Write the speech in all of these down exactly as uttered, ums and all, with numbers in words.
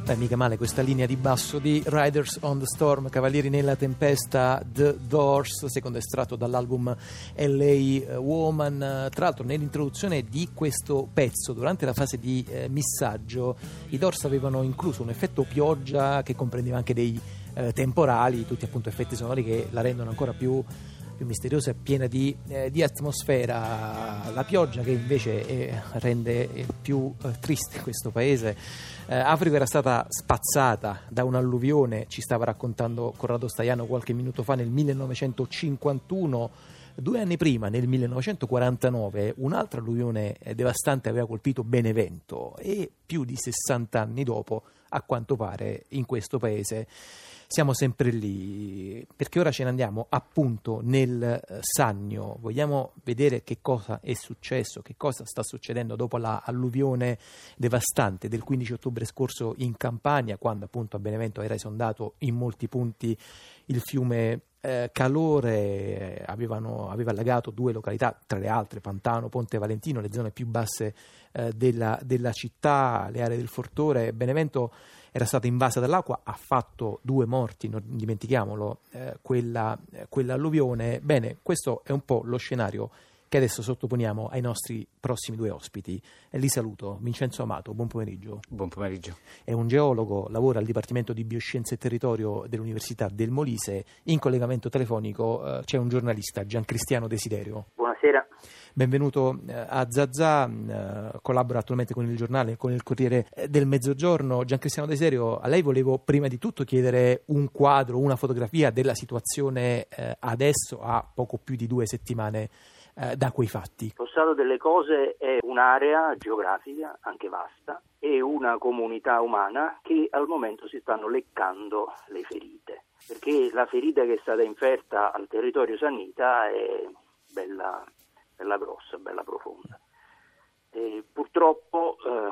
Beh, mica male questa linea di basso di Riders on the Storm, Cavalieri nella tempesta, The Doors, secondo estratto dall'album L A Woman. Tra l'altro nell'introduzione di questo pezzo, durante la fase di eh, missaggio, i Doors avevano incluso un effetto pioggia che comprendeva anche dei eh, temporali, tutti appunto effetti sonori che la rendono ancora più più misteriosa e piena di, eh, di atmosfera. La pioggia che invece eh, rende eh, più eh, triste questo paese. eh, Africa era stata spazzata da un'alluvione, ci stava raccontando Corrado Staiano qualche minuto fa, nel millenovecentocinquantuno. Due anni prima, nel millenovecentoquarantanove, un'altra alluvione eh, devastante aveva colpito Benevento, e più di sessanta anni dopo, a quanto pare, in questo paese siamo sempre lì, perché ora ce ne andiamo appunto nel Sannio. Vogliamo vedere che cosa è successo, che cosa sta succedendo dopo la alluvione devastante del quindici ottobre scorso in Campania, quando appunto a Benevento era esondato in molti punti il fiume eh, Calore, eh, avevano, aveva allagato due località, tra le altre Pantano, Ponte Valentino, le zone più basse eh, della, della città, le aree del Fortore. Benevento era stata invasa dall'acqua, ha fatto due morti, non dimentichiamolo, eh, quella, eh, quell'alluvione. Bene, questo è un po' lo scenario che adesso sottoponiamo ai nostri prossimi due ospiti. E li saluto. Vincenzo Amato, buon pomeriggio. Buon pomeriggio. È un geologo, lavora al Dipartimento di Bioscienze e Territorio dell'Università del Molise. In collegamento telefonico eh, c'è un giornalista, Giancristiano Desiderio. Buonasera. Benvenuto a Zazà, eh, collabora attualmente con il giornale, con il Corriere del Mezzogiorno. Giancristiano Desiderio, a lei volevo prima di tutto chiedere un quadro, una fotografia della situazione eh, adesso, a poco più di due settimane eh, da quei fatti. Lo stato delle cose è un'area geografica, anche vasta, e una comunità umana che al momento si stanno leccando le ferite, perché la ferita che è stata inferta al territorio sannita è bella... bella grossa, bella profonda. E purtroppo eh,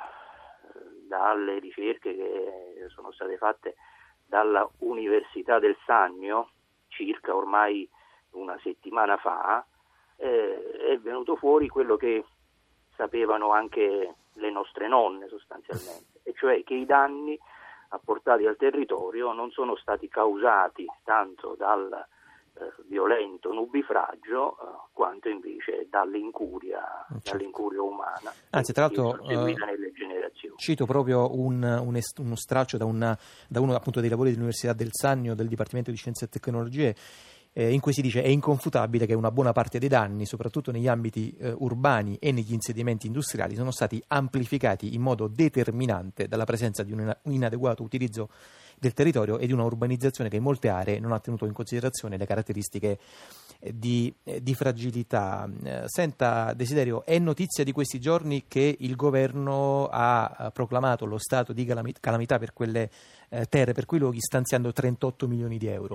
dalle ricerche che sono state fatte dalla Università del Sannio, circa ormai una settimana fa, eh, è venuto fuori quello che sapevano anche le nostre nonne sostanzialmente, e cioè che i danni apportati al territorio non sono stati causati tanto dal Eh, violento nubifragio eh, quanto invece dall'incuria, certo. dall'incuria umana, anzi tra l'altro seguita uh, nelle generazioni. Cito proprio un, un est- uno straccio da, una, da uno appunto dei lavori dell'Università del Sannio, del Dipartimento di Scienze e Tecnologie, eh, in cui si dice: è inconfutabile che una buona parte dei danni, soprattutto negli ambiti eh, urbani e negli insediamenti industriali, sono stati amplificati in modo determinante dalla presenza di un, un inadeguato utilizzo del territorio e di una urbanizzazione che in molte aree non ha tenuto in considerazione le caratteristiche di, di fragilità. Senta Desiderio, è notizia di questi giorni che il governo ha proclamato lo stato di calamità per quelle terre, per quei luoghi, stanziando trentotto milioni di euro.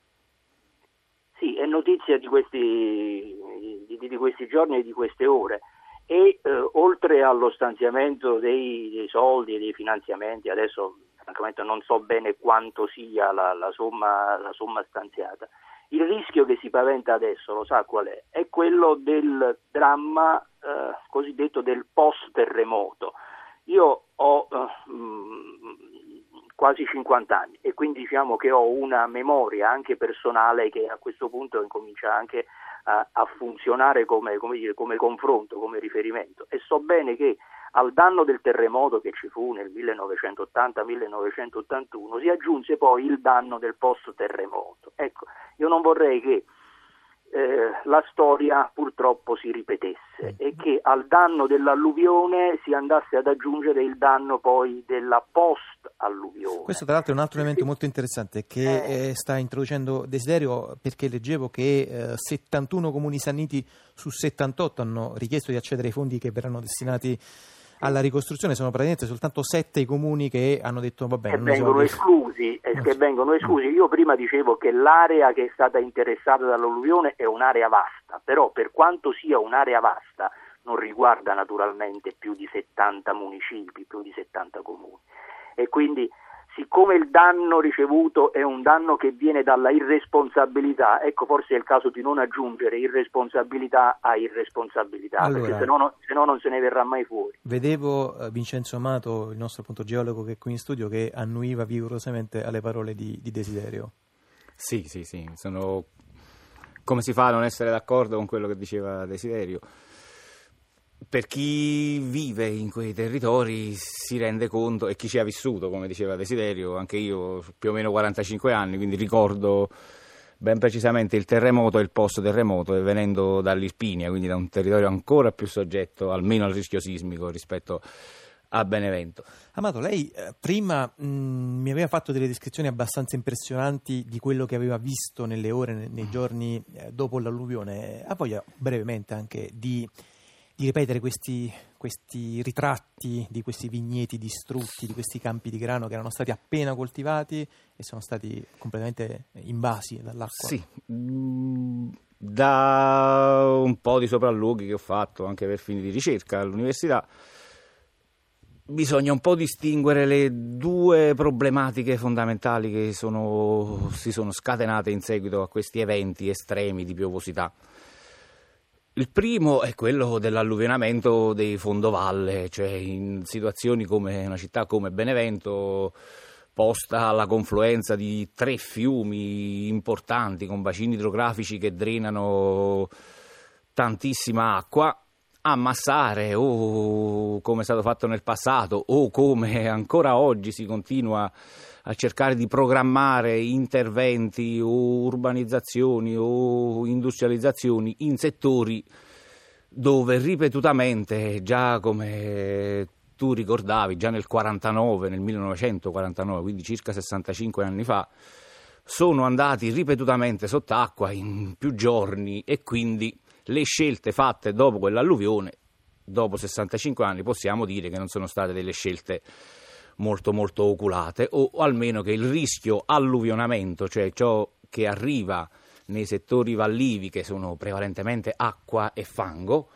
Sì, è notizia di questi, di, di questi giorni e di queste ore. E eh, oltre allo stanziamento dei, dei soldi e dei finanziamenti, adesso francamente non so bene quanto sia la, la, somma, la somma stanziata, il rischio che si paventa adesso, lo sa qual è? È quello del dramma eh, cosiddetto del post-terremoto. Io ho eh, mh, quasi cinquanta anni e quindi diciamo che ho una memoria anche personale che a questo punto incomincia anche a, a funzionare come, come, dire, come confronto, come riferimento, e so bene che al danno del terremoto che ci fu nel millenovecentottanta millenovecentottantuno si aggiunse poi il danno del post-terremoto. Ecco, io non vorrei che eh, la storia purtroppo si ripetesse e che al danno dell'alluvione si andasse ad aggiungere il danno poi della post-alluvione. Questo tra l'altro è un altro elemento molto interessante che eh. sta introducendo Desiderio, perché leggevo che eh, settantuno comuni sanniti su settantotto hanno richiesto di accedere ai fondi che verranno destinati alla ricostruzione. Sono praticamente soltanto sette i comuni che hanno detto va bene, che vengono esclusi, eh, che vengono esclusi. Io prima dicevo che l'area che è stata interessata dall'alluvione è un'area vasta, però per quanto sia un'area vasta non riguarda naturalmente più di settanta municipi, più di settanta comuni, e quindi siccome il danno ricevuto è un danno che viene dalla irresponsabilità, ecco forse è il caso di non aggiungere irresponsabilità a irresponsabilità, allora, perché se no, no, se no non se ne verrà mai fuori. Vedevo uh, Vincenzo Amato, il nostro appunto geologo che è qui in studio, che annuiva vigorosamente alle parole di, di Desiderio. Sì, sì, sì, sono... come si fa a non essere d'accordo con quello che diceva Desiderio? Per chi vive in quei territori si rende conto, e chi ci ha vissuto, come diceva Desiderio, anche io ho più o meno quarantacinque anni, quindi ricordo ben precisamente il terremoto e il post-terremoto, e venendo dall'Irpinia, quindi da un territorio ancora più soggetto almeno al rischio sismico rispetto a Benevento. Amato, lei eh, prima mh, mi aveva fatto delle descrizioni abbastanza impressionanti di quello che aveva visto nelle ore, nei, nei giorni eh, dopo l'alluvione. Ha voglia brevemente anche di... di ripetere questi, questi ritratti di questi vigneti distrutti, di questi campi di grano che erano stati appena coltivati e sono stati completamente invasi dall'acqua? Sì, da un po' di sopralluoghi che ho fatto anche per fini di ricerca all'università, bisogna un po' distinguere le due problematiche fondamentali che sono, si sono scatenate in seguito a questi eventi estremi di piovosità. Il primo è quello dell'alluvionamento dei fondovalle, cioè in situazioni come una città come Benevento, posta alla confluenza di tre fiumi importanti con bacini idrografici che drenano tantissima acqua, ammassare o come è stato fatto nel passato o come ancora oggi si continua a cercare di programmare interventi o urbanizzazioni o industrializzazioni in settori dove ripetutamente, già come tu ricordavi, già nel quarantanove, nel millenovecentoquarantanove, quindi circa sessantacinque anni fa, sono andati ripetutamente sott'acqua in più giorni, e quindi le scelte fatte dopo quell'alluvione, dopo sessantacinque anni, possiamo dire che non sono state delle scelte molto molto oculate, o almeno che il rischio alluvionamento, cioè ciò che arriva nei settori vallivi che sono prevalentemente acqua e fango,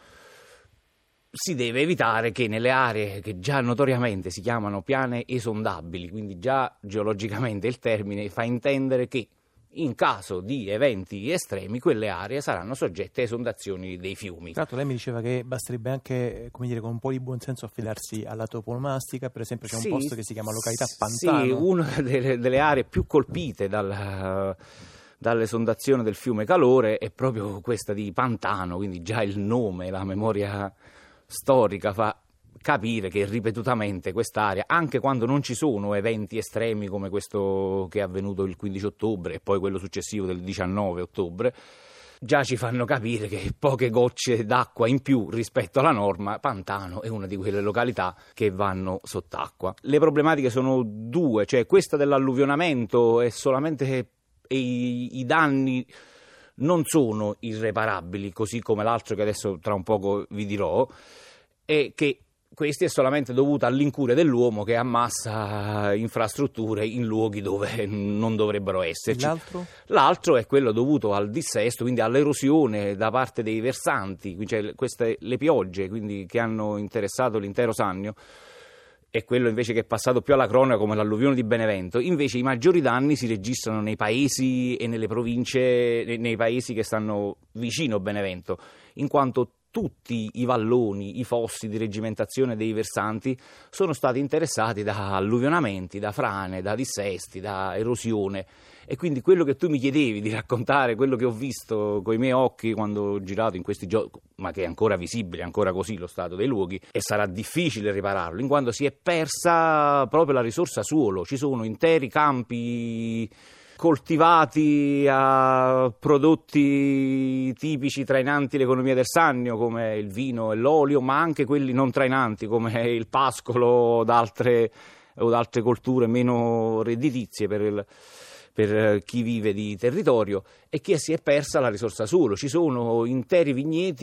si deve evitare che nelle aree che già notoriamente si chiamano piane esondabili, quindi già geologicamente il termine fa intendere che in caso di eventi estremi quelle aree saranno soggette a esondazioni dei fiumi. Tra l'altro lei mi diceva che basterebbe anche, come dire, con un po' di buonsenso affidarsi alla toponomastica. Per esempio c'è un sì, posto che si chiama località Pantano. Sì, una delle, delle aree più colpite dal, dall'esondazione del fiume Calore è proprio questa di Pantano, quindi già il nome, la memoria storica fa capire che ripetutamente quest'area, anche quando non ci sono eventi estremi come questo che è avvenuto il quindici ottobre e poi quello successivo del diciannove ottobre, già ci fanno capire che poche gocce d'acqua in più rispetto alla norma, Pantano è una di quelle località che vanno sott'acqua. Le problematiche sono due, cioè questa dell'alluvionamento è solamente e i, i danni non sono irreparabili, così come l'altro che adesso tra un poco vi dirò, e che questi è solamente dovuto all'incuria dell'uomo che ammassa infrastrutture in luoghi dove non dovrebbero esserci. L'altro? L'altro è quello dovuto al dissesto, quindi all'erosione da parte dei versanti, cioè queste, le piogge quindi, che hanno interessato l'intero Sannio, e quello invece che è passato più alla cronaca come l'alluvione di Benevento. Invece i maggiori danni si registrano nei paesi e nelle province, nei paesi che stanno vicino a Benevento, in quanto tutti i valloni, i fossi di reggimentazione dei versanti sono stati interessati da alluvionamenti, da frane, da dissesti, da erosione, e quindi quello che tu mi chiedevi di raccontare, quello che ho visto coi miei occhi quando ho girato in questi giorni, ma che è ancora visibile, ancora così lo stato dei luoghi, e sarà difficile ripararlo, in quanto si è persa proprio la risorsa suolo, ci sono interi campi coltivati a prodotti tipici trainanti l'economia del Sannio come il vino e l'olio, ma anche quelli non trainanti come il pascolo o altre, o altre colture meno redditizie per, il, per chi vive di territorio, e che si è persa la risorsa suolo. Ci sono interi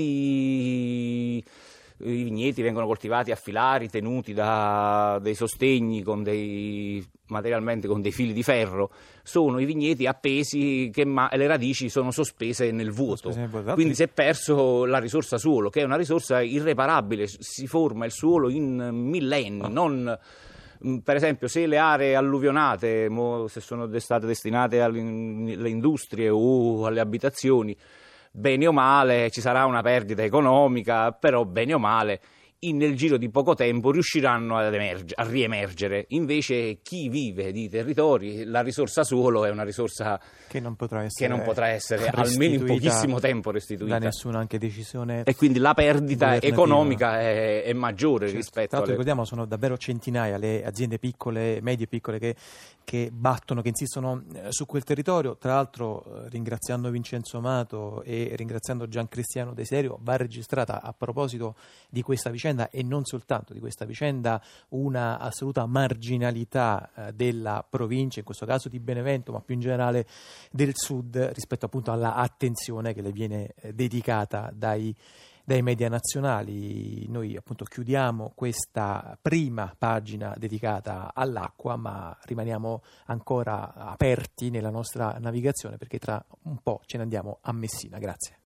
vigneti. I vigneti vengono coltivati a filari tenuti da dei sostegni con dei, materialmente con dei fili di ferro, sono i vigneti appesi che ma, le radici sono sospese nel vuoto, quindi si è perso la risorsa suolo, che è una risorsa irreparabile, si forma il suolo in millenni, ah. non Per esempio, se le aree alluvionate, mo, se sono state destinate alle industrie o alle abitazioni, bene o male ci sarà una perdita economica, però bene o male in, nel giro di poco tempo riusciranno ad emerge, a riemergere. Invece chi vive di territori, la risorsa suolo è una risorsa che non potrà essere, che non potrà essere almeno in pochissimo tempo restituita da nessuna anche decisione, e quindi la perdita economica è, è maggiore, certo, rispetto tra l'altro alle... ricordiamo sono davvero centinaia le aziende piccole, medie e piccole che, che battono, che insistono su quel territorio. Tra l'altro, ringraziando Vincenzo Amato e ringraziando Giancristiano De Serio, va registrata a proposito di questa vicenda e non soltanto di questa vicenda una assoluta marginalità eh, della provincia, in questo caso di Benevento, ma più in generale del sud, rispetto appunto alla attenzione che le viene eh, dedicata dai, dai media nazionali. Noi appunto chiudiamo questa prima pagina dedicata all'acqua, ma rimaniamo ancora aperti nella nostra navigazione, perché tra un po' ce ne andiamo a Messina. Grazie.